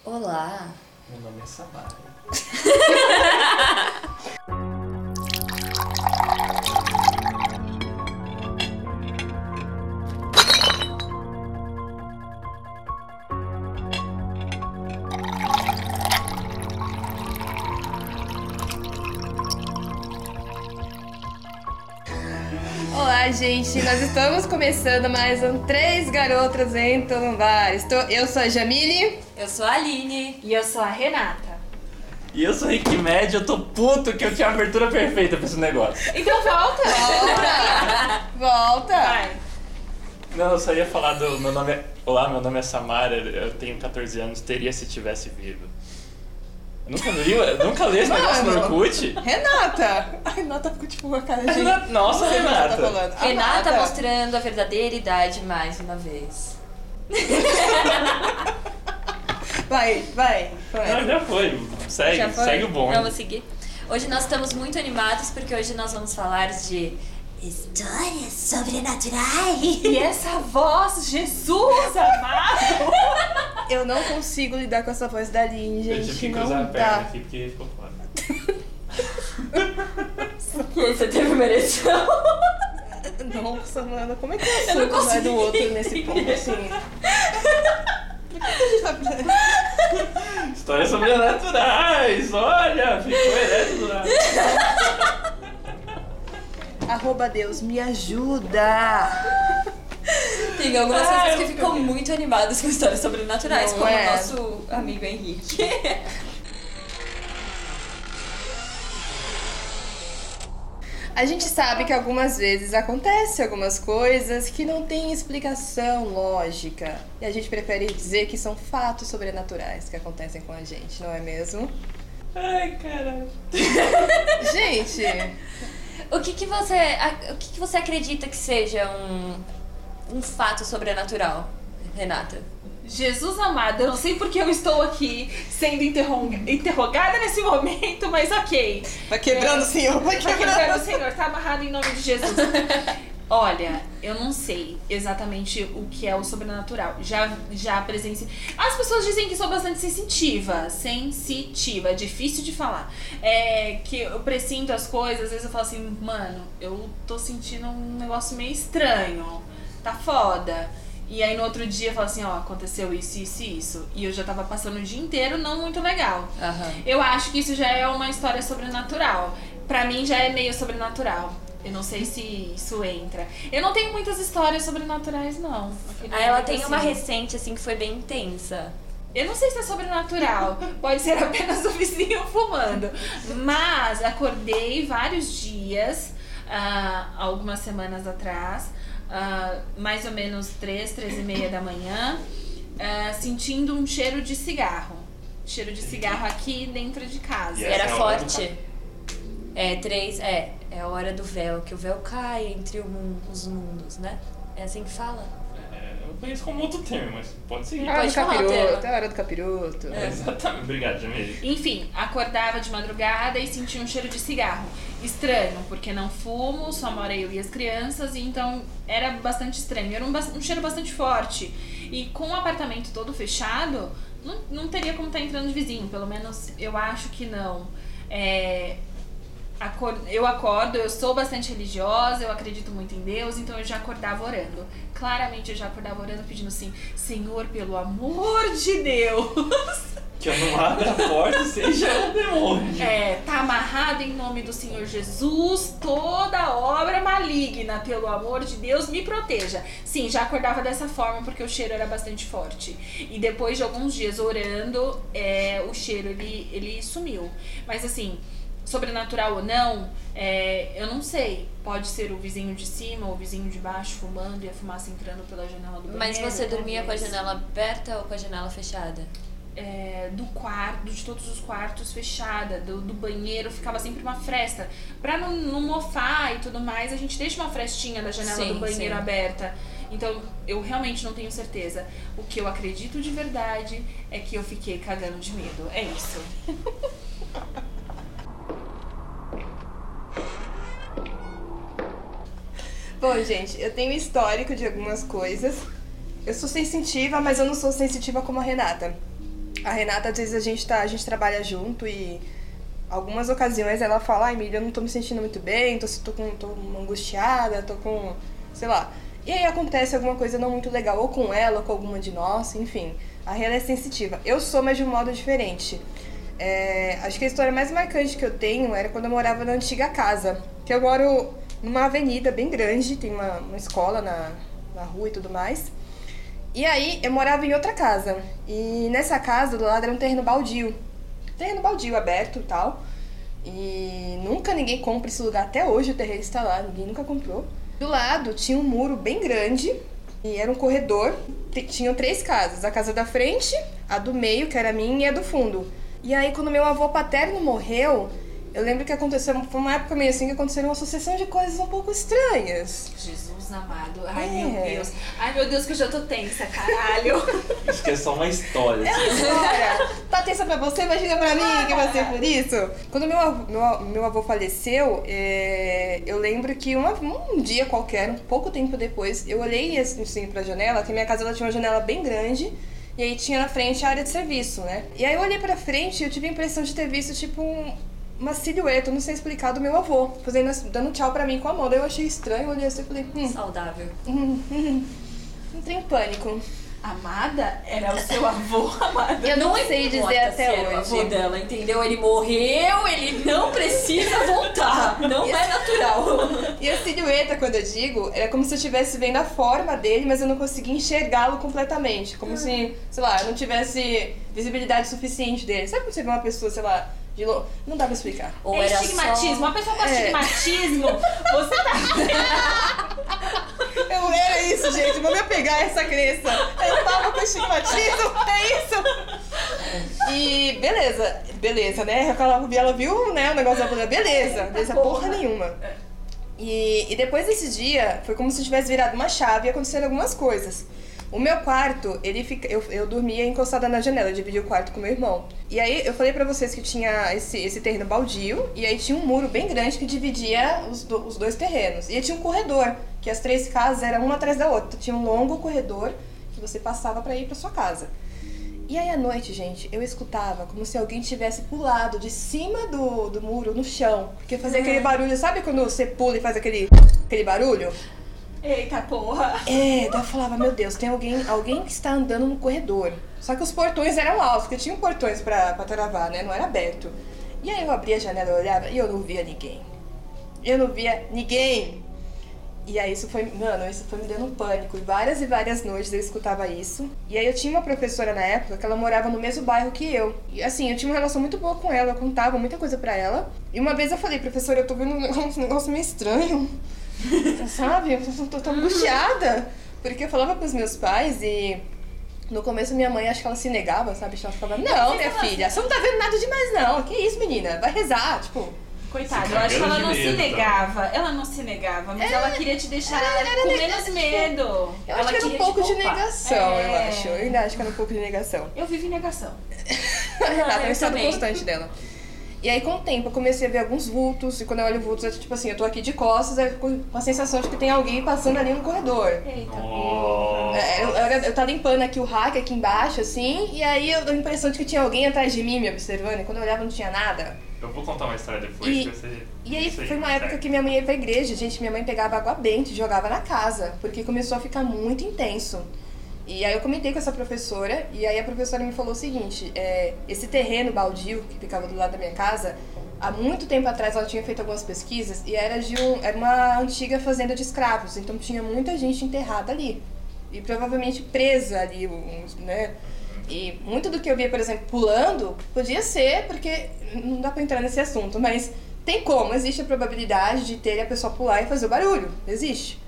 Olá. Meu nome é Samara. Olá, gente, nós estamos começando mais um Três Garotas Entram no Bar. Eu sou a Jamile. Eu sou a Aline. E eu sou a Renata. E eu sou o Rick Med, eu tô puto que eu tinha a abertura perfeita pra esse negócio. Então volta! Volta! Vai. Não, eu só ia falar do meu nome. Olá, meu nome é Samara, eu tenho 14 anos, teria se tivesse vivo. Eu nunca li esse negócio no Orkut. Renata! A Renata ficou tipo com a cara de... Nossa, Não sei o que ela Renata. tá falando. Renata Amada. mostrando a verdadeira idade mais uma vez. Vai. Não, já foi. Já foi? Segue o bonde. Vamos seguir. Hoje nós estamos muito animados porque hoje nós vamos falar de histórias sobrenaturais. E essa voz, Jesus amado! Eu não consigo lidar com essa voz da Aline, Eu gente. tive que Não cruzar a perna dá. aqui porque ficou foda. Você teve uma ereção? Nossa, mano, como é que Eu eu não assunto vai consigo do outro nesse ponto, assim? Por que a gente tá fazendo? Histórias sobrenaturais, olha, ficou ereto lá. @Deus, me ajuda! Tem algumas pessoas que ficam muito animadas com histórias sobrenaturais, Não como é? o nosso amigo Henrique. A gente sabe que algumas vezes acontece algumas coisas que não têm explicação lógica. E a gente prefere dizer que são fatos sobrenaturais que acontecem com a gente, não é mesmo? Ai, caralho. Gente, O que você acredita que seja um fato sobrenatural, Renata? Jesus amado, eu não sei porque eu estou aqui sendo interrogada nesse momento, mas ok. vai quebrando o senhor, vai Tá quebrando. quebrando o Senhor, tá amarrado em nome de Jesus. Olha, eu não sei exatamente o que é o sobrenatural. Já presenciei. As pessoas dizem que sou bastante sensitiva, é difícil de falar. Que eu presinto as coisas, às vezes eu falo assim, mano, eu tô sentindo um negócio meio estranho, tá foda. E aí no outro dia eu falo assim, ó, aconteceu isso, isso e isso. E eu já tava passando o dia inteiro não muito legal. Aham. Eu acho que isso já é uma história sobrenatural. Pra mim já é meio sobrenatural. Eu não sei se isso entra. Eu não tenho muitas histórias sobrenaturais, não. Ela tem uma Assim, recente, assim, que foi bem intensa. eu não sei se é sobrenatural. Pode ser apenas o vizinho fumando. Mas acordei vários dias, algumas semanas atrás, mais ou menos 3h30 da manhã, sentindo um cheiro de cigarro. Cheiro de cigarro aqui dentro de casa. E E essa era é a hora forte. É a hora do véu, que o véu cai entre os mundos, né? É assim que fala? Eu conheço como outro termo, mas pode seguir. A hora do Pode falar o capiroto, tema. é a hora do capiroto. Exatamente. Obrigado, Jamile. Enfim, acordava de madrugada e sentia um cheiro de cigarro. Estranho, porque não fumo, só moro eu e as crianças, e então era bastante estranho. Era um cheiro bastante forte. E com o apartamento todo fechado, não teria como estar entrando de vizinho, pelo menos eu acho que não. Eu acordo, eu sou bastante religiosa, eu acredito muito em Deus, então eu já acordava orando. Claramente eu já acordava orando pedindo assim, Senhor, pelo amor de Deus, Que eu não abra a porta e seja um demônio. tá amarrado em nome do Senhor Jesus toda obra maligna, pelo amor de Deus, me proteja. Sim, já acordava dessa forma porque o cheiro era bastante forte. E depois de alguns dias orando, o cheiro ele sumiu. Mas assim, sobrenatural ou não, eu não sei. Pode ser o vizinho de cima ou o vizinho de baixo fumando e a fumaça entrando pela janela do banheiro. Mas você dormia com a talvez. janela aberta ou com a janela fechada? Do quarto, de todos os quartos fechada, do banheiro ficava sempre uma fresta. Pra não mofar e tudo mais, a gente deixa uma frestinha da janela Sim, do banheiro sim. aberta. Então, eu realmente não tenho certeza. O que eu acredito de verdade é que eu fiquei cagando de medo. É isso. Bom, gente, eu tenho histórico de algumas coisas. Eu sou sensitiva, mas eu não sou sensitiva como a Renata. A Renata, às vezes a gente trabalha junto e algumas ocasiões ela fala, ai, Emília, eu não tô me sentindo muito bem, tô angustiada, tô com, sei lá. E aí acontece alguma coisa não muito legal, ou com ela, ou com alguma de nós, enfim. A Ren é sensitiva. Eu sou, mas de um modo diferente. Acho que a história mais marcante que eu tenho era quando eu morava na antiga casa. Que eu moro numa avenida bem grande, tem uma escola na rua e tudo mais. E aí eu morava em outra casa. E nessa casa, do lado, era um terreno baldio. Terreno baldio, aberto e tal. E nunca ninguém compra esse lugar. Até hoje o terreno está lá, ninguém nunca comprou. Do lado tinha um muro bem grande. E era um corredor. Tinham 3 casas. A casa da frente, a do meio, que era a minha, e a do fundo. E aí, quando meu avô paterno morreu, eu lembro que aconteceu, foi uma época meio assim que aconteceram uma sucessão de coisas um pouco estranhas. Jesus amado. Ai, meu Deus. Ai, meu Deus, que eu já tô tensa, caralho. Isso que é só uma história. História. Tá tensa pra você? Imagina pra mim que vai ser por isso. Quando meu avô faleceu, eu lembro que um dia qualquer, um pouco tempo depois, eu olhei assim pra janela, que minha casa ela tinha uma janela bem grande. E aí tinha na frente a área de serviço, né? E aí eu olhei pra frente e eu tive a impressão de ter visto, tipo, uma silhueta, não sei explicar, do meu avô, dando tchau pra mim com a mão. Daí eu achei estranho, eu olhei assim e falei... Saudável. Entrei em pânico. Amada? Era o seu avô, amada? Eu não sei dizer até hoje. O avô dela, entendeu? Ele morreu, ele não precisa voltar. Não é natural. E a silhueta, quando eu digo, era como se eu estivesse vendo a forma dele, mas eu não conseguia enxergá-lo completamente. Como se, sei lá, eu não tivesse visibilidade suficiente dele. Sabe quando você vê uma pessoa, sei lá, de longe? Não dá pra explicar. Ou é era estigmatismo. só... Uma pessoa com estigmatismo, você tá... Eu era isso, gente. Vou me apegar a essa crença. Eu tava com estigmatismo, é isso. E beleza, né? Ela viu, né, o negócio da mulher. Beleza porra nenhuma. E depois desse dia, foi como se tivesse virado uma chave e aconteceram algumas coisas. O meu quarto, eu dormia encostada na janela, eu dividi o quarto com meu irmão. E aí, eu falei pra vocês que tinha esse terreno baldio, e aí tinha um muro bem grande que dividia os 2 terrenos. E aí tinha um corredor, que as 3 casas eram uma atrás da outra. Tinha um longo corredor que você passava pra ir pra sua casa. E aí, à noite, gente, eu escutava como se alguém tivesse pulado de cima do muro no chão. Porque fazia aquele barulho, sabe quando você pula e faz aquele barulho? Eita porra! Daí eu falava, meu Deus, tem alguém que está andando no corredor. Só que os portões eram altos, porque tinham portões pra travar, né? Não era aberto. E aí eu abria a janela, eu olhava e eu não via ninguém. E aí isso foi me dando um pânico. E várias noites eu escutava isso. E aí eu tinha uma professora na época que ela morava no mesmo bairro que eu. E assim, eu tinha uma relação muito boa com ela, eu contava muita coisa pra ela. E uma vez eu falei, professora, eu tô vendo um negócio meio estranho. Sabe? Eu tô angustiada. Porque eu falava pros meus pais e no começo minha mãe, acho que ela se negava, sabe? Ela ficava, não, minha filha, você não tá vendo nada demais não. Que isso, menina? Vai rezar, tipo... Coitada, eu acho que ela não se negava. Ela não se negava, mas ela queria te deixar com menos medo. Eu acho que era um pouco de negação, eu acho. Eu ainda acho que era um pouco de negação. Eu vivo em negação. A Renata é um estado constante dela. E aí, com o tempo, eu comecei a ver alguns vultos. E quando eu olho vultos, é tipo assim, eu tô aqui de costas, eu fico com a sensação de que tem alguém passando ali no corredor. Eita. Eu tava limpando aqui o rack aqui embaixo, assim, e aí eu dou a impressão de que tinha alguém atrás de mim me observando. E quando eu olhava, não tinha nada. Eu vou contar uma história depois. E aí foi uma época que minha mãe ia pra igreja. Gente, minha mãe pegava água benta e jogava na casa, porque começou a ficar muito intenso. E aí eu comentei com essa professora, e aí a professora me falou o seguinte, esse terreno baldio que ficava do lado da minha casa, há muito tempo atrás ela tinha feito algumas pesquisas, e era uma antiga fazenda de escravos, então tinha muita gente enterrada ali, e provavelmente presa ali, né? E muito do que eu via, por exemplo, pulando, podia ser, porque não dá pra entrar nesse assunto, mas tem como, existe a probabilidade de ter a pessoa pular e fazer o barulho, existe.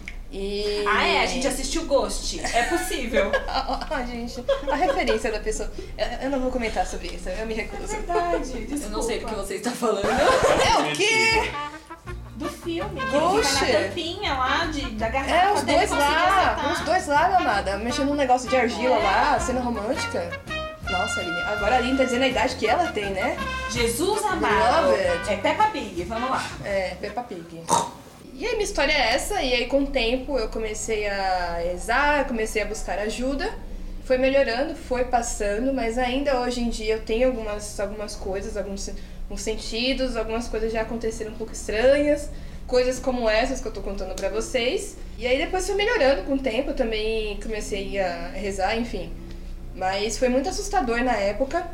A gente assistiu Ghost. É possível. Gente, a referência da pessoa. Eu não vou comentar sobre isso, eu me recuso. É verdade. Desculpa. Eu não sei do que você está falando. É o quê? Do filme. Oxe. Que fica na tampinha lá da garrafa. Os dois lá, meu amada. Mexendo num negócio de argila lá, cena romântica. Nossa, Aline. Agora a Aline tá dizendo a idade que ela tem, né? Jesus amado. Love it. É Peppa Pig, vamos lá. Peppa Pig. E aí minha história é essa, e aí com o tempo eu comecei a rezar, comecei a buscar ajuda. foi melhorando, foi passando, mas ainda hoje em dia eu tenho algumas coisas, alguns sentidos, algumas coisas já aconteceram um pouco estranhas, coisas como essas que eu tô contando pra vocês. E aí depois foi melhorando com o tempo, eu também comecei a rezar, enfim. Mas foi muito assustador na época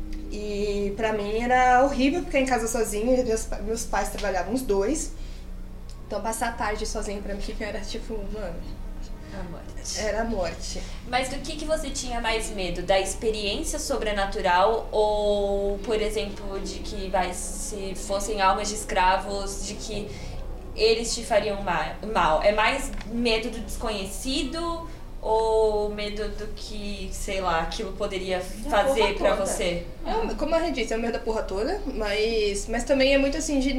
e pra mim era horrível ficar em casa sozinha, meus pais trabalhavam os dois. Então passar a tarde sozinho pra mim era tipo, mano... A morte. Era a morte. Mas do que você tinha mais medo? Da experiência sobrenatural ou, por exemplo, de que se fossem almas de escravos, de que eles te fariam mal? É mais medo do desconhecido ou medo do que, sei lá, aquilo poderia fazer pra você? Como a Rê disse, é o medo da porra toda, mas também é muito assim de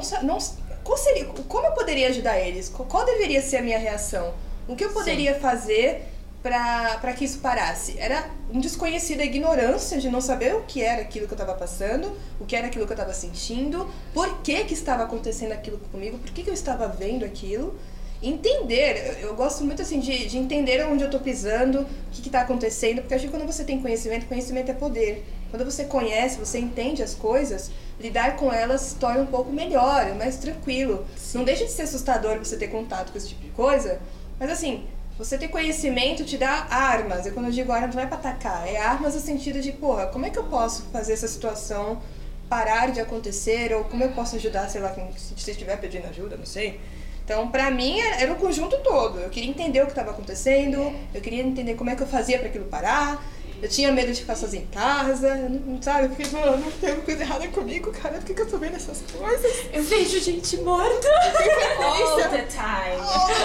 como eu poderia ajudar eles? Qual deveria ser a minha reação? O que eu poderia fazer pra que isso parasse? Era um desconhecido, a ignorância de não saber o que era aquilo que eu estava passando, o que era aquilo que eu estava sentindo, por que estava acontecendo aquilo comigo, por que eu estava vendo aquilo. Entender, eu gosto muito assim de entender onde eu tô pisando, o que tá acontecendo, porque acho que quando você tem conhecimento é poder. Quando você conhece, você entende as coisas, lidar com elas se torna um pouco melhor, mais tranquilo. Sim. Não deixa de ser assustador você ter contato com esse tipo de coisa, mas assim, você ter conhecimento te dá armas. E quando eu digo armas, não é pra atacar, é armas no sentido de, porra, como é que eu posso fazer essa situação parar de acontecer, ou como eu posso ajudar, sei lá, se você estiver pedindo ajuda, não sei. Então, pra mim, era o conjunto todo. Eu queria entender o que estava acontecendo, eu queria entender como é que eu fazia pra aquilo parar. Eu tinha medo de ficar sozinha em casa, eu não sabe? Eu fiquei, mano, não tem alguma coisa errada comigo, cara. Por que eu tô vendo essas coisas? Eu vejo gente morta. All the time.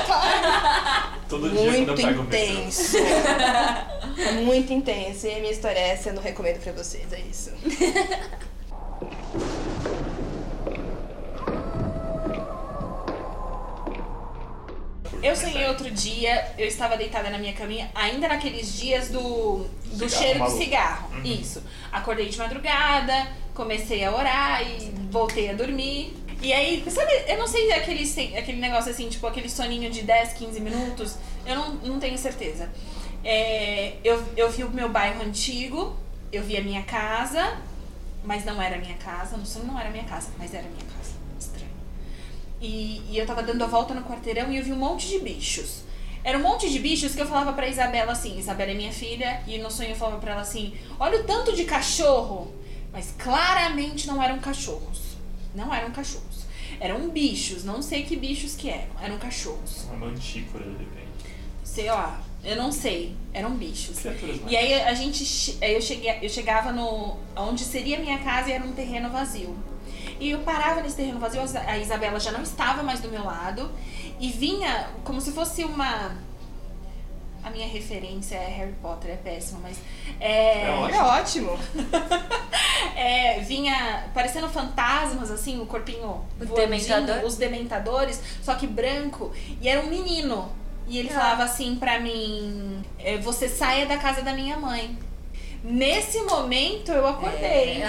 Todo dia quando eu pego o metrô. Intenso. Muito intenso. E a minha história é essa, eu não recomendo pra vocês, é isso. Eu sonhei outro dia, eu estava deitada na minha caminha, ainda naqueles dias do cheiro de cigarro. Uhum. Isso. Acordei de madrugada, comecei a orar e voltei a dormir. E aí, sabe, eu não sei aquele negócio assim, tipo aquele soninho de 10, 15 minutos, eu não tenho certeza. Eu vi o meu bairro antigo, eu vi a minha casa, mas não era a minha casa, no sonho não era a minha casa, mas era a minha casa. E eu tava dando a volta no quarteirão e eu vi um monte de bichos. Era um monte de bichos que eu falava pra Isabela assim, Isabela é minha filha, e no sonho eu falava pra ela assim, olha o tanto de cachorro. Mas claramente não eram cachorros. Não eram cachorros. Eram bichos, não sei que bichos que eram cachorros. Uma mantícora, de repente. Sei lá, eu não sei, eram bichos. Criaturas e aí eu chegava onde seria a minha casa e era um terreno vazio. E eu parava nesse terreno vazio, a Isabela já não estava mais do meu lado, e vinha como se fosse uma... A minha referência é Harry Potter, é péssimo, mas... É ótimo! Vinha parecendo fantasmas, assim, o corpinho... Dementador? Os dementadores, só que branco, e era um menino. E ele falava assim pra mim, você saia da casa da minha mãe. Nesse momento eu acordei.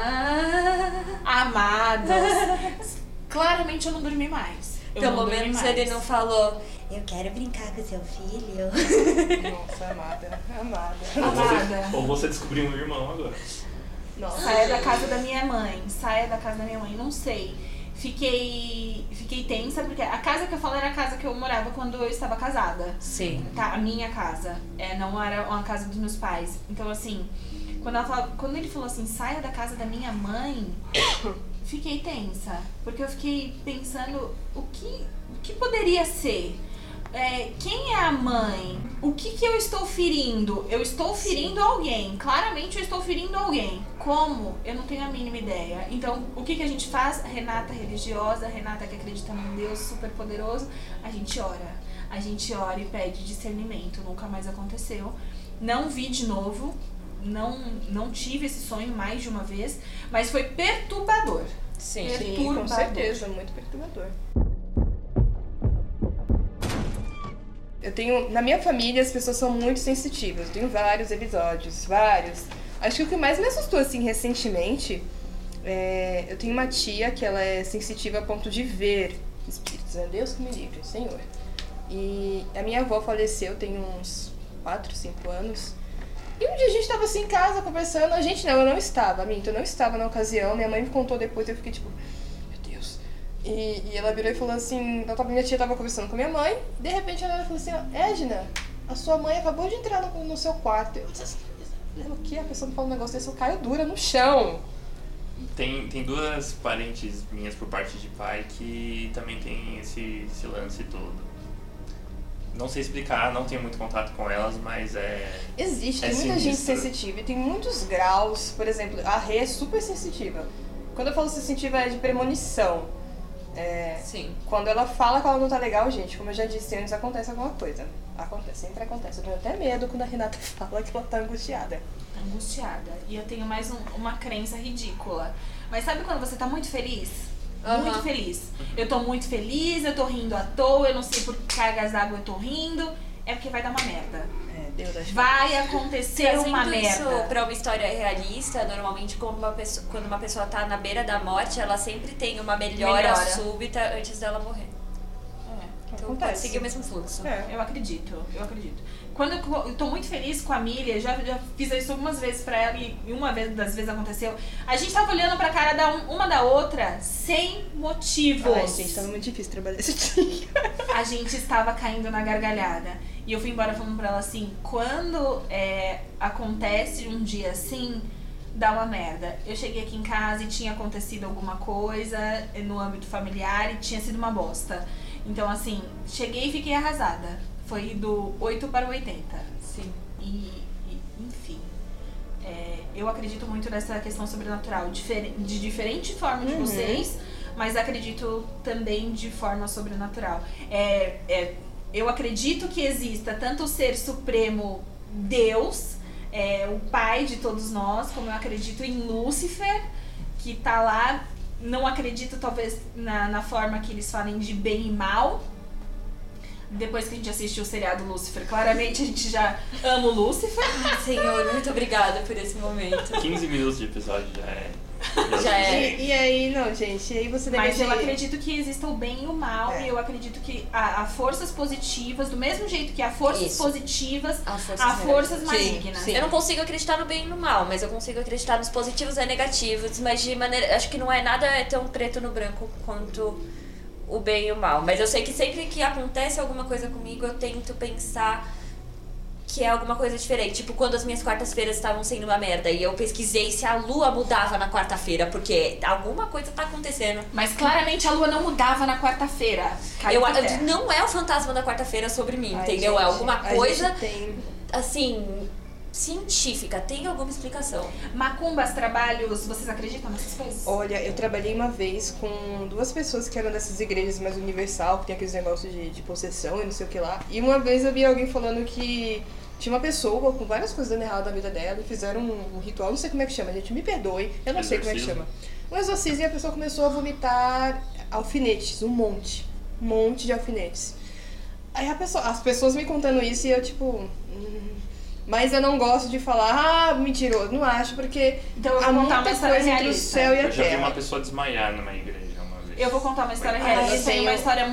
Amados. Claramente eu não dormi mais. Pelo menos ele não falou, eu quero brincar com seu filho. Nossa, amada. Ou você descobriu um irmão agora. Nossa, saia da casa da minha mãe. Saia da casa da minha mãe. Não sei. Fiquei tensa, porque a casa que eu falo era a casa que eu morava quando eu estava casada. Sim. Tá, a minha casa. Não era uma casa dos meus pais. Então, assim, quando ele falou assim, saia da casa da minha mãe, fiquei tensa. Porque eu fiquei pensando, o que poderia ser? Quem é a mãe? O que eu estou ferindo? Eu estou ferindo alguém. Claramente eu estou ferindo alguém. Como? Eu não tenho a mínima ideia. Então, o que a gente faz? Renata religiosa, Renata que acredita num Deus super poderoso, a gente ora. A gente ora e pede discernimento. Nunca mais aconteceu. Não vi de novo. Não tive esse sonho mais de uma vez. Mas foi perturbador. Sim, com certeza. Muito perturbador. Na minha família, as pessoas são muito sensitivas. Eu tenho vários episódios, vários. Acho que o que mais me assustou, assim, recentemente, eu tenho uma tia que ela é sensitiva a ponto de ver espíritos. Deus que me livre, Senhor. E a minha avó faleceu tem uns 4, 5 anos. E um dia a gente tava assim em casa conversando, eu não estava, eu não estava na ocasião, minha mãe me contou depois, eu fiquei tipo, meu Deus. E ela virou e falou assim, minha tia tava conversando com minha mãe, e de repente ela falou assim, Edna, a sua mãe acabou de entrar no seu quarto. Eu disse assim, o que? A pessoa me falou um negócio desse, eu caio dura no chão. Tem duas parentes minhas por parte de pai que também tem esse lance todo. Não sei explicar, não tenho muito contato com elas, mas Existe, é tem muita gente sinistro. sensitiva e tem muitos graus. Por exemplo, a Rê é super sensitiva. Quando eu falo sensitiva é de premonição. Sim. Quando ela fala que ela não tá legal, gente, como eu já disse antes, acontece alguma coisa. Sempre acontece. Eu tenho até medo quando a Renata fala que ela tá angustiada. Angustiada. E eu tenho mais uma crença ridícula. Mas sabe quando você tá muito feliz? Muito feliz. Eu tô muito feliz, eu tô rindo à toa, eu não sei por que cargas d'água eu tô rindo. É porque vai dar uma merda. Deus acho. Vai acontecer uma Trazendo merda. isso pra uma história realista, normalmente quando uma pessoa tá na beira da morte, ela sempre tem uma melhora súbita antes dela morrer. Então Acontece. pode seguir o mesmo fluxo. Eu acredito. Quando eu tô muito feliz com a Milha, já fiz isso algumas vezes pra ela e uma das vezes aconteceu. A gente tava olhando pra cara uma da outra sem motivos. Ai, gente, tava muito difícil trabalhar esse dia. A gente estava caindo na gargalhada. E eu fui embora falando pra ela assim, quando acontece um dia assim, dá uma merda. Eu cheguei aqui em casa e tinha acontecido alguma coisa no âmbito familiar e tinha sido uma bosta. Então, assim, cheguei e fiquei arrasada. Foi do 8 para o 80. Sim. Enfim. Eu acredito muito nessa questão sobrenatural. De diferente forma de vocês, mas acredito também de forma sobrenatural. Eu acredito que exista tanto o ser supremo Deus, o pai de todos nós, como eu acredito em Lúcifer, que tá lá. Não acredito, talvez, na forma que eles falem de bem e mal. Depois que a gente assistiu o seriado Lúcifer, claramente a gente já ama o Lúcifer. Senhor, muito obrigada por esse momento. 15 minutos de episódio Já é. E aí, não, gente, e aí você deve Mas eu acredito que exista o bem e o mal. E eu acredito que há forças positivas, do mesmo jeito que há forças positivas, há forças malignas. Sim. Eu não consigo acreditar no bem e no mal, mas eu consigo acreditar nos positivos e negativos. Mas de maneira. Acho que não é nada tão preto no branco quanto o bem e o mal. Mas eu sei que sempre que acontece alguma coisa comigo, eu tento pensar que é alguma coisa diferente. Tipo, quando as minhas quartas-feiras estavam sendo uma merda e eu pesquisei se a lua mudava na quarta-feira, porque alguma coisa tá acontecendo. Mas claramente a lua não mudava na quarta-feira. Não é o fantasma da quarta-feira sobre mim, Ai, entendeu? gente, é alguma coisa, tem... assim, científica. Tem alguma explicação. Macumbas, trabalhos, vocês acreditam nessas coisas? Olha, eu trabalhei uma vez com 2 pessoas que eram dessas igrejas mais universal, que tem aqueles negócios de possessão e não sei o que lá. E uma vez eu vi alguém falando que tinha uma pessoa com várias coisas dando errado na vida dela e fizeram um ritual, não sei como é que chama, gente, me perdoe, eu não sei como é que chama. Um exorcismo, e a pessoa começou a vomitar alfinetes, um monte de alfinetes. Aí as pessoas me contando isso e eu tipo... Mas eu não gosto de falar, mentiroso, não acho, porque então eu vou há contar muita uma história coisa entre o realista. céu e a Eu já vi terra. uma pessoa desmaiar numa igreja uma vez. Eu vou contar uma história Ah, realista, eu tem uma tenho- história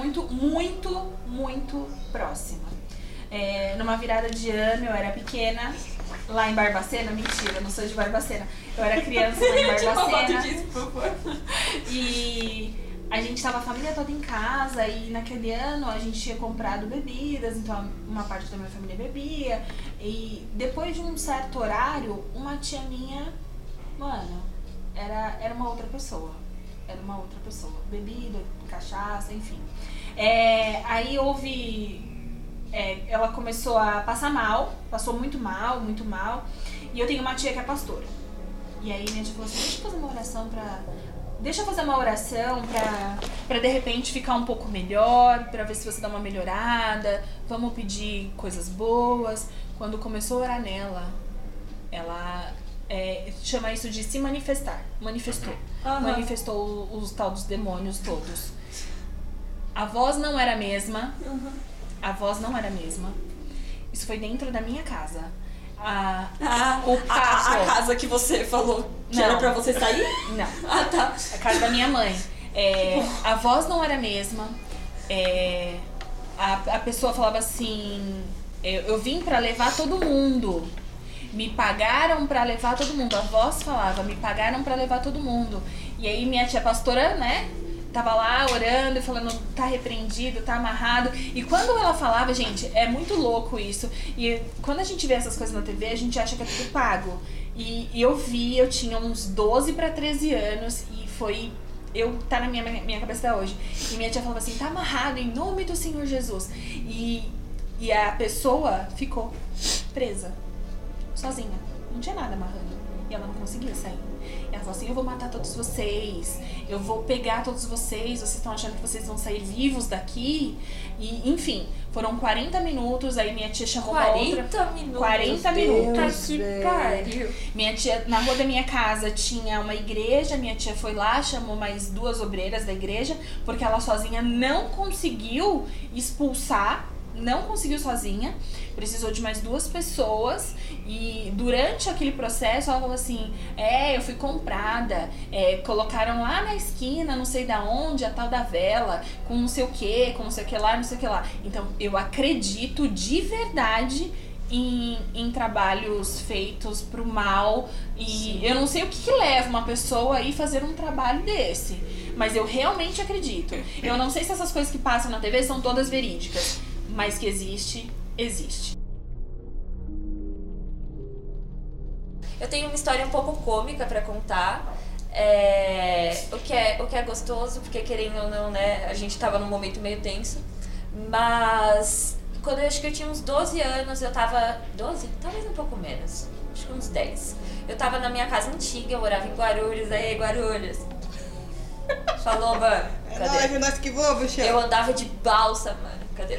muito próxima. Numa virada de ano, eu era pequena, lá em Barbacena, mentira, eu não sou de Barbacena. Eu era criança lá em Barbacena. por favor. E a gente tava a família toda em casa e naquele ano a gente tinha comprado bebidas, então uma parte da minha família bebia. E depois de um certo horário, uma tia minha, mano, era uma outra pessoa. Era uma outra pessoa. Bebida, cachaça, enfim. Aí houve... ela começou a passar mal, passou muito mal. E eu tenho uma tia que é pastora. E aí minha tia falou assim, deixa eu fazer uma oração pra de repente ficar um pouco melhor, pra ver se você dá uma melhorada, vamos pedir coisas boas. Quando começou a orar nela, ela chama isso de se manifestar. Manifestou. Manifestou os tal dos demônios todos. A voz não era a mesma. A voz não era a mesma. Isso foi dentro da minha casa. A papo. casa que você falou que Não. era pra você sair? Não. Ah, tá. A casa da minha mãe. A voz não era a mesma. A pessoa falava assim... Eu vim pra levar todo mundo. me pagaram pra levar todo mundo. A voz falava, me pagaram pra levar todo mundo. E aí minha tia pastora, né, tava lá orando e falando, tá repreendido, tá amarrado. E quando ela falava, gente, é muito louco isso. E quando a gente vê essas coisas na TV, a gente acha que é tudo pago. E eu tinha uns 12 pra 13 anos e foi... tá na minha cabeça até hoje. E minha tia falava assim, tá amarrado em nome do Senhor Jesus. E a pessoa ficou presa, sozinha. Não tinha nada amarrando. E ela não conseguia sair. E ela falou assim, eu vou matar todos vocês. Eu vou pegar todos vocês. Vocês estão achando que vocês vão sair vivos daqui? E, enfim, foram 40 minutos. Aí minha tia chamou uma outra... 40 minutos. Que pariu. Minha tia, na rua da minha casa tinha uma igreja, minha tia foi lá, chamou mais 2 obreiras da igreja, porque ela sozinha não conseguiu expulsar, não conseguiu sozinha, precisou de mais 2 pessoas. E durante aquele processo ela falou assim, eu fui comprada, colocaram lá na esquina, não sei da onde, a tal da vela, com não sei o que, com não sei o que lá, não sei o que lá. Então eu acredito de verdade em trabalhos feitos pro mal. E sim, eu não sei o que leva uma pessoa a ir fazer um trabalho desse, mas eu realmente acredito. Eu não sei se essas coisas que passam na TV são todas verídicas, mas que existe. Eu tenho uma história um pouco cômica pra contar. O que é gostoso, porque querendo ou não, né, a gente tava num momento meio tenso. Mas quando eu acho que eu tinha uns 12 anos, eu tava... 12? Talvez um pouco menos. Acho que uns 10. Eu tava na minha casa antiga, eu morava em Guarulhos. Aí, Guarulhos. Falou, mano. Cadê? Nós que voamos, chão. Eu andava de balsa, mano. Cadê?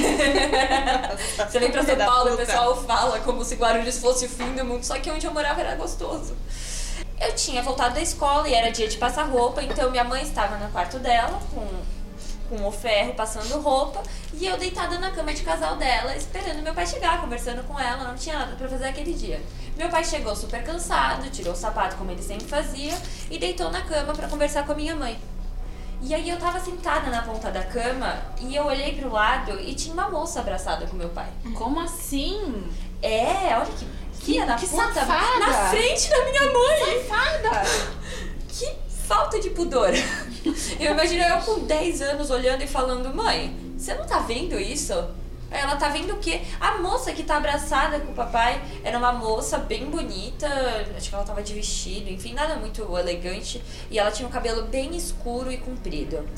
Você vem pra São Paulo, o pessoal fala como se Guarulhos fosse o fim do mundo, só que onde eu morava era gostoso. Eu tinha voltado da escola e era dia de passar roupa, então minha mãe estava no quarto dela com o ferro passando roupa e eu deitada na cama de casal dela, esperando meu pai chegar, conversando com ela, não tinha nada pra fazer aquele dia. Meu pai chegou super cansado, tirou o sapato como ele sempre fazia e deitou na cama pra conversar com a minha mãe. E aí eu tava sentada na ponta da cama e eu olhei pro lado e tinha uma moça abraçada com meu pai. Como assim? Olha que filha da que puta, safada. Na frente da minha mãe. Safada! Que falta de pudor. Eu imagino eu com 10 anos olhando e falando, mãe, você não tá vendo isso? Ela tá vendo o quê? A moça que tá abraçada com o papai era uma moça bem bonita, acho que ela tava de vestido, enfim, nada muito elegante. E ela tinha um cabelo bem escuro e comprido.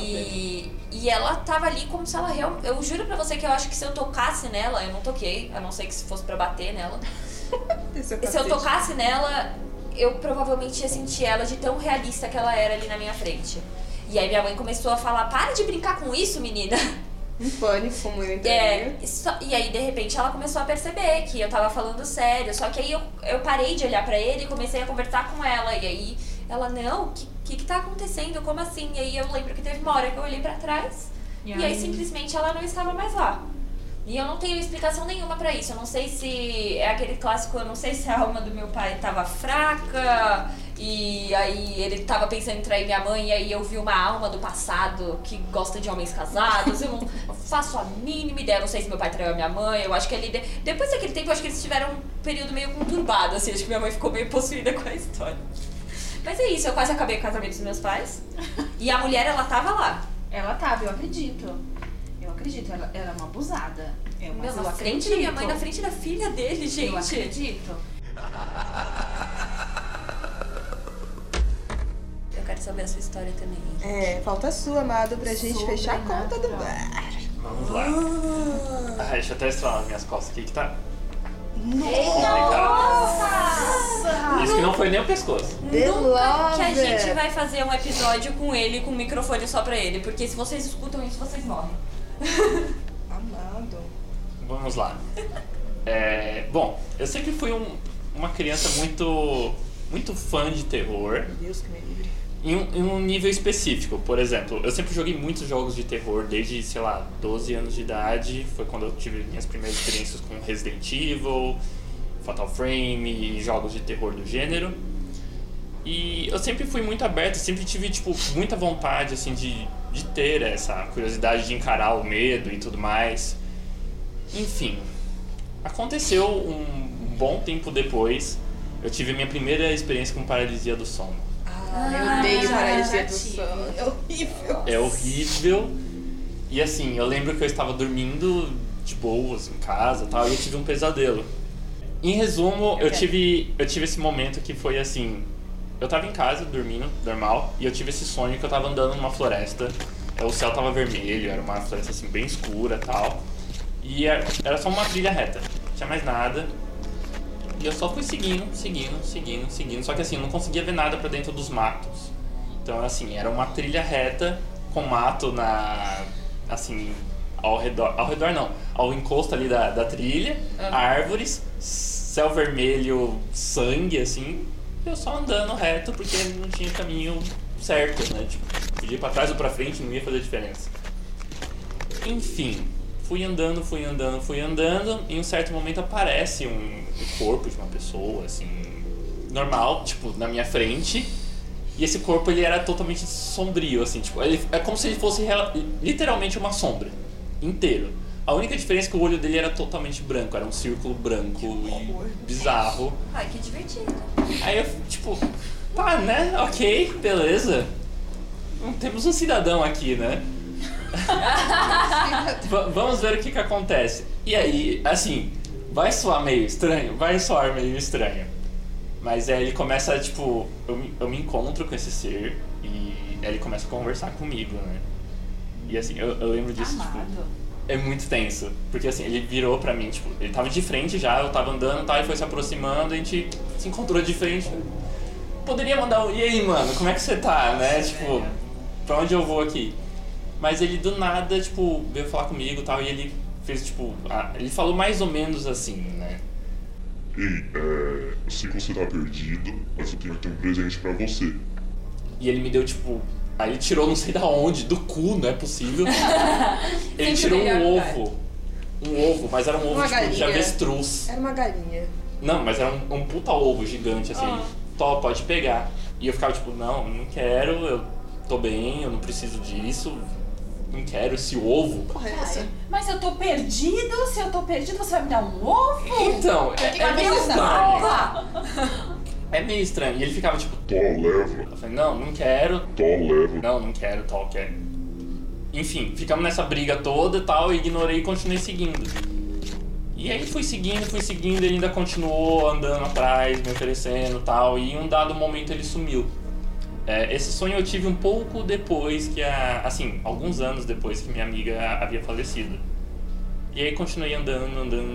E ela tava ali como se ela realmente... Eu juro pra você que eu acho que se eu tocasse nela, eu não toquei, a não ser que se fosse pra bater nela. Se eu tocasse nela, eu provavelmente ia sentir ela de tão realista que ela era ali na minha frente. E aí minha mãe começou a falar, para de brincar com isso, menina. Um pânico, como eu entendi. E aí, de repente, ela começou a perceber que eu tava falando sério. Só que aí eu parei de olhar pra ele e comecei a conversar com ela. E aí, ela, não, o que tá acontecendo? Como assim? E aí, eu lembro que teve uma hora que eu olhei pra trás. E aí, simplesmente, ela não estava mais lá. E eu não tenho explicação nenhuma pra isso. Eu não sei se é aquele clássico, eu não sei se a alma do meu pai tava fraca e aí ele tava pensando em trair minha mãe e aí eu vi uma alma do passado que gosta de homens casados. Eu não faço a mínima ideia. Eu não sei se meu pai traiu a minha mãe. Eu acho que ele... Depois daquele tempo, eu acho que eles tiveram um período meio conturbado, assim. Acho que minha mãe ficou meio possuída com a história. Mas é isso, eu quase acabei com o casamento dos meus pais. E a mulher, ela tava lá. Ela tava, eu acredito. Ela era uma abusada. Mas na frente da minha mãe, na frente da filha dele, gente. Eu acredito. Eu quero saber a sua história também. Falta a sua, amado, pra gente fechar a conta do bar. Vamos lá. Deixa eu até estralar nas minhas costas aqui que tá... Nossa! Isso que não foi nem o pescoço. Nunca que a gente vai fazer um episódio com ele, com um microfone só pra ele. Porque se vocês escutam isso, vocês morrem. Amado. Vamos lá. Bom, eu sempre fui uma criança muito fã de terror. Meu Deus, que me livre. Em um nível específico. Por exemplo, eu sempre joguei muitos jogos de terror desde, 12 anos de idade. Foi quando eu tive minhas primeiras experiências com Resident Evil, Fatal Frame e jogos de terror do gênero. E eu sempre fui muito aberto, sempre tive muita vontade assim, de ter essa curiosidade de encarar o medo e tudo mais. Enfim, aconteceu um bom tempo depois, eu tive minha primeira experiência com paralisia do sono. Eu odeio paralisia do tive. sono. É horrível. É horrível. E assim, eu lembro que eu estava dormindo de boas em casa e tal, e eu tive um pesadelo. Em resumo, eu tive esse momento que foi assim... Eu tava em casa, dormindo, normal, e eu tive esse sonho que eu tava andando numa floresta. O céu tava vermelho, era uma floresta assim bem escura e tal. E era só uma trilha reta, não tinha mais nada. E eu só fui seguindo. Só que assim, eu não conseguia ver nada pra dentro dos matos. Então assim, era uma trilha reta com mato assim, ao redor não, ao encosto ali da trilha, árvores, céu vermelho, sangue, assim. Eu só andando reto porque não tinha caminho certo, né? Tipo, podia ir pra trás ou pra frente, não ia fazer diferença. Enfim, fui andando. Em um certo momento aparece um corpo de uma pessoa, assim, normal, tipo, na minha frente. E esse corpo, ele era totalmente sombrio, assim, tipo, é como se ele fosse literalmente uma sombra, inteiro. A única diferença é que o olho dele era totalmente branco, era um círculo branco e bizarro. Ai, que divertido. Aí eu, tipo, tá, né, ok, beleza. Temos um cidadão aqui, né? Vamos ver o que acontece. E aí, assim, vai soar meio estranho, mas aí ele começa, tipo, eu me encontro com esse ser e aí ele começa a conversar comigo, né? E assim, eu lembro disso, tipo, é muito tenso, porque assim, ele virou pra mim, tipo, ele tava de frente já, eu tava andando e tal, ele foi se aproximando, a gente se encontrou de frente. Poderia mandar e aí, mano, como é que você tá, né? Tipo, pra onde eu vou aqui? Mas ele do nada, tipo, veio falar comigo e tal, e ele fez, tipo, ele falou mais ou menos assim, né? Ei, eu sei que você tá perdido, mas eu tenho aqui um presente pra você. E ele me deu, tipo, aí ele tirou não sei da onde, do cu, não é possível. Ele tirou um ovo, mas era um ovo tipo, de avestruz. Era uma galinha. Não, mas era um puta ovo gigante, assim, Tó, pode pegar. E eu ficava tipo, não quero, eu tô bem, eu não preciso disso, não quero esse ovo. Mas eu tô perdido, se eu tô perdido você vai me dar um ovo? Então, é meio estranho. É meio estranho. E ele ficava tipo, Tó, leva. Eu falei, não quero. Tó, leva. Não quero, Tó, quero. Enfim, ficamos nessa briga toda e tal, eu ignorei e continuei seguindo. E aí fui seguindo, ele ainda continuou andando atrás, me oferecendo e tal, e em um dado momento ele sumiu. Esse sonho eu tive um pouco depois que assim, alguns anos depois que minha amiga havia falecido. E aí continuei andando,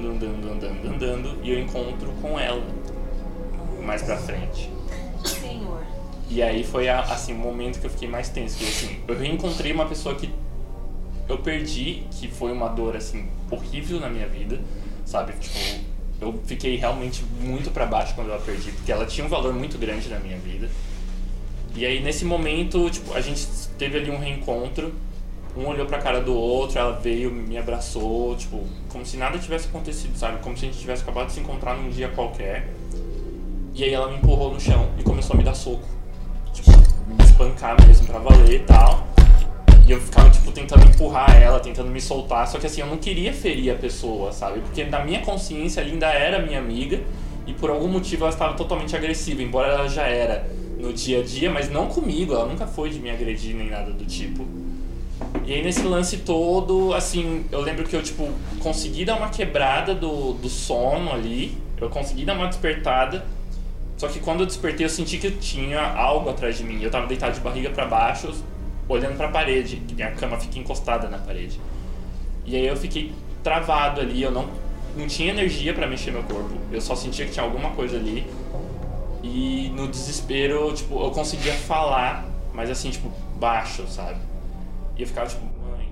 e eu encontro com ela mais pra frente. Senhor. E aí foi assim, o momento que eu fiquei mais tenso, que assim, eu reencontrei uma pessoa que eu perdi, que foi uma dor assim, horrível na minha vida, sabe? Tipo, eu fiquei realmente muito pra baixo quando eu a perdi, porque ela tinha um valor muito grande na minha vida. E aí nesse momento, tipo, a gente teve ali um reencontro, um olhou pra cara do outro, ela veio, me abraçou, tipo, como se nada tivesse acontecido, sabe? Como se a gente tivesse acabado de se encontrar num dia qualquer. E aí ela me empurrou no chão e começou a me dar soco, tipo, me espancar mesmo pra valer e tal. E eu ficava, tipo, tentando empurrar ela, tentando me soltar, só que assim, eu não queria ferir a pessoa, sabe? Porque na minha consciência ela ainda era minha amiga e por algum motivo ela estava totalmente agressiva, embora ela já era no dia a dia, mas não comigo, ela nunca foi de me agredir nem nada do tipo. E aí nesse lance todo, assim, eu lembro que eu, tipo, consegui dar uma quebrada do sono ali, eu consegui dar uma despertada, só que quando eu despertei eu senti que tinha algo atrás de mim, eu tava deitado de barriga pra baixo, olhando pra parede, que minha cama fica encostada na parede. E aí eu fiquei travado ali, eu não tinha energia pra mexer meu corpo, eu só sentia que tinha alguma coisa ali. E no desespero, tipo, eu conseguia falar, mas assim, tipo, baixo, sabe? E eu ficava tipo, mãe.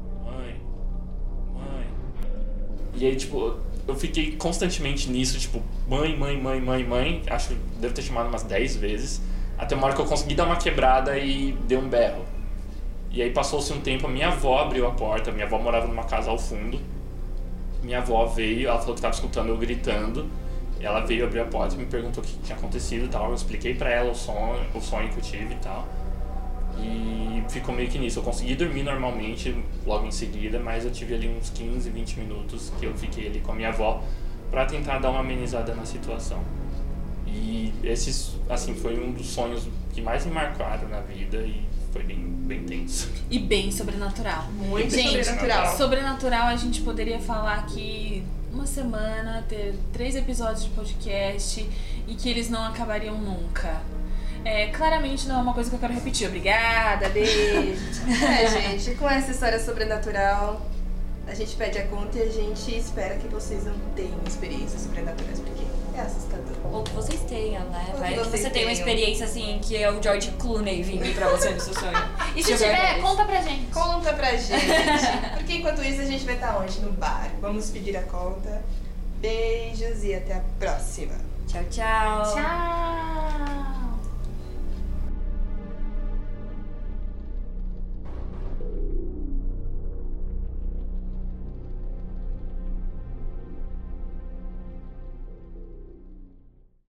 E aí, tipo, eu fiquei constantemente nisso, tipo, mãe. Acho que devo ter chamado umas 10 vezes. Até uma hora que eu consegui dar uma quebrada e dei um berro. E aí passou-se um tempo, a minha avó abriu a porta, minha avó morava numa casa ao fundo. Minha avó veio, ela falou que estava escutando eu gritando. Ela veio abrir a porta e me perguntou o que tinha acontecido e tal. Eu expliquei pra ela o sonho que eu tive e tal. E ficou meio que nisso. Eu consegui dormir normalmente logo em seguida, mas eu tive ali uns 15, 20 minutos que eu fiquei ali com a minha avó pra tentar dar uma amenizada na situação. E esses, assim, foi um dos sonhos que mais me marcaram na vida e foi bem tenso. E bem sobrenatural. Muito Gente, sobrenatural. Sobrenatural a gente poderia falar aqui uma semana, ter 3 episódios de podcast e que eles não acabariam nunca. Claramente não é uma coisa que eu quero repetir. Obrigada, beijo. Gente, com essa história sobrenatural, a gente pede a conta e a gente espera que vocês não tenham experiências sobrenaturais, porque é assustador. Ou que vocês tenham, né? Ou que Vai que vocês você tenha uma tenham. experiência assim, que é o George Clooney vindo pra você no seu sonho. E se Sugar tiver, Daddy. conta pra gente. Conta pra gente, porque enquanto isso a gente vai estar onde? No bar. Vamos pedir a conta. Beijos e até a próxima. Tchau, tchau. Tchau.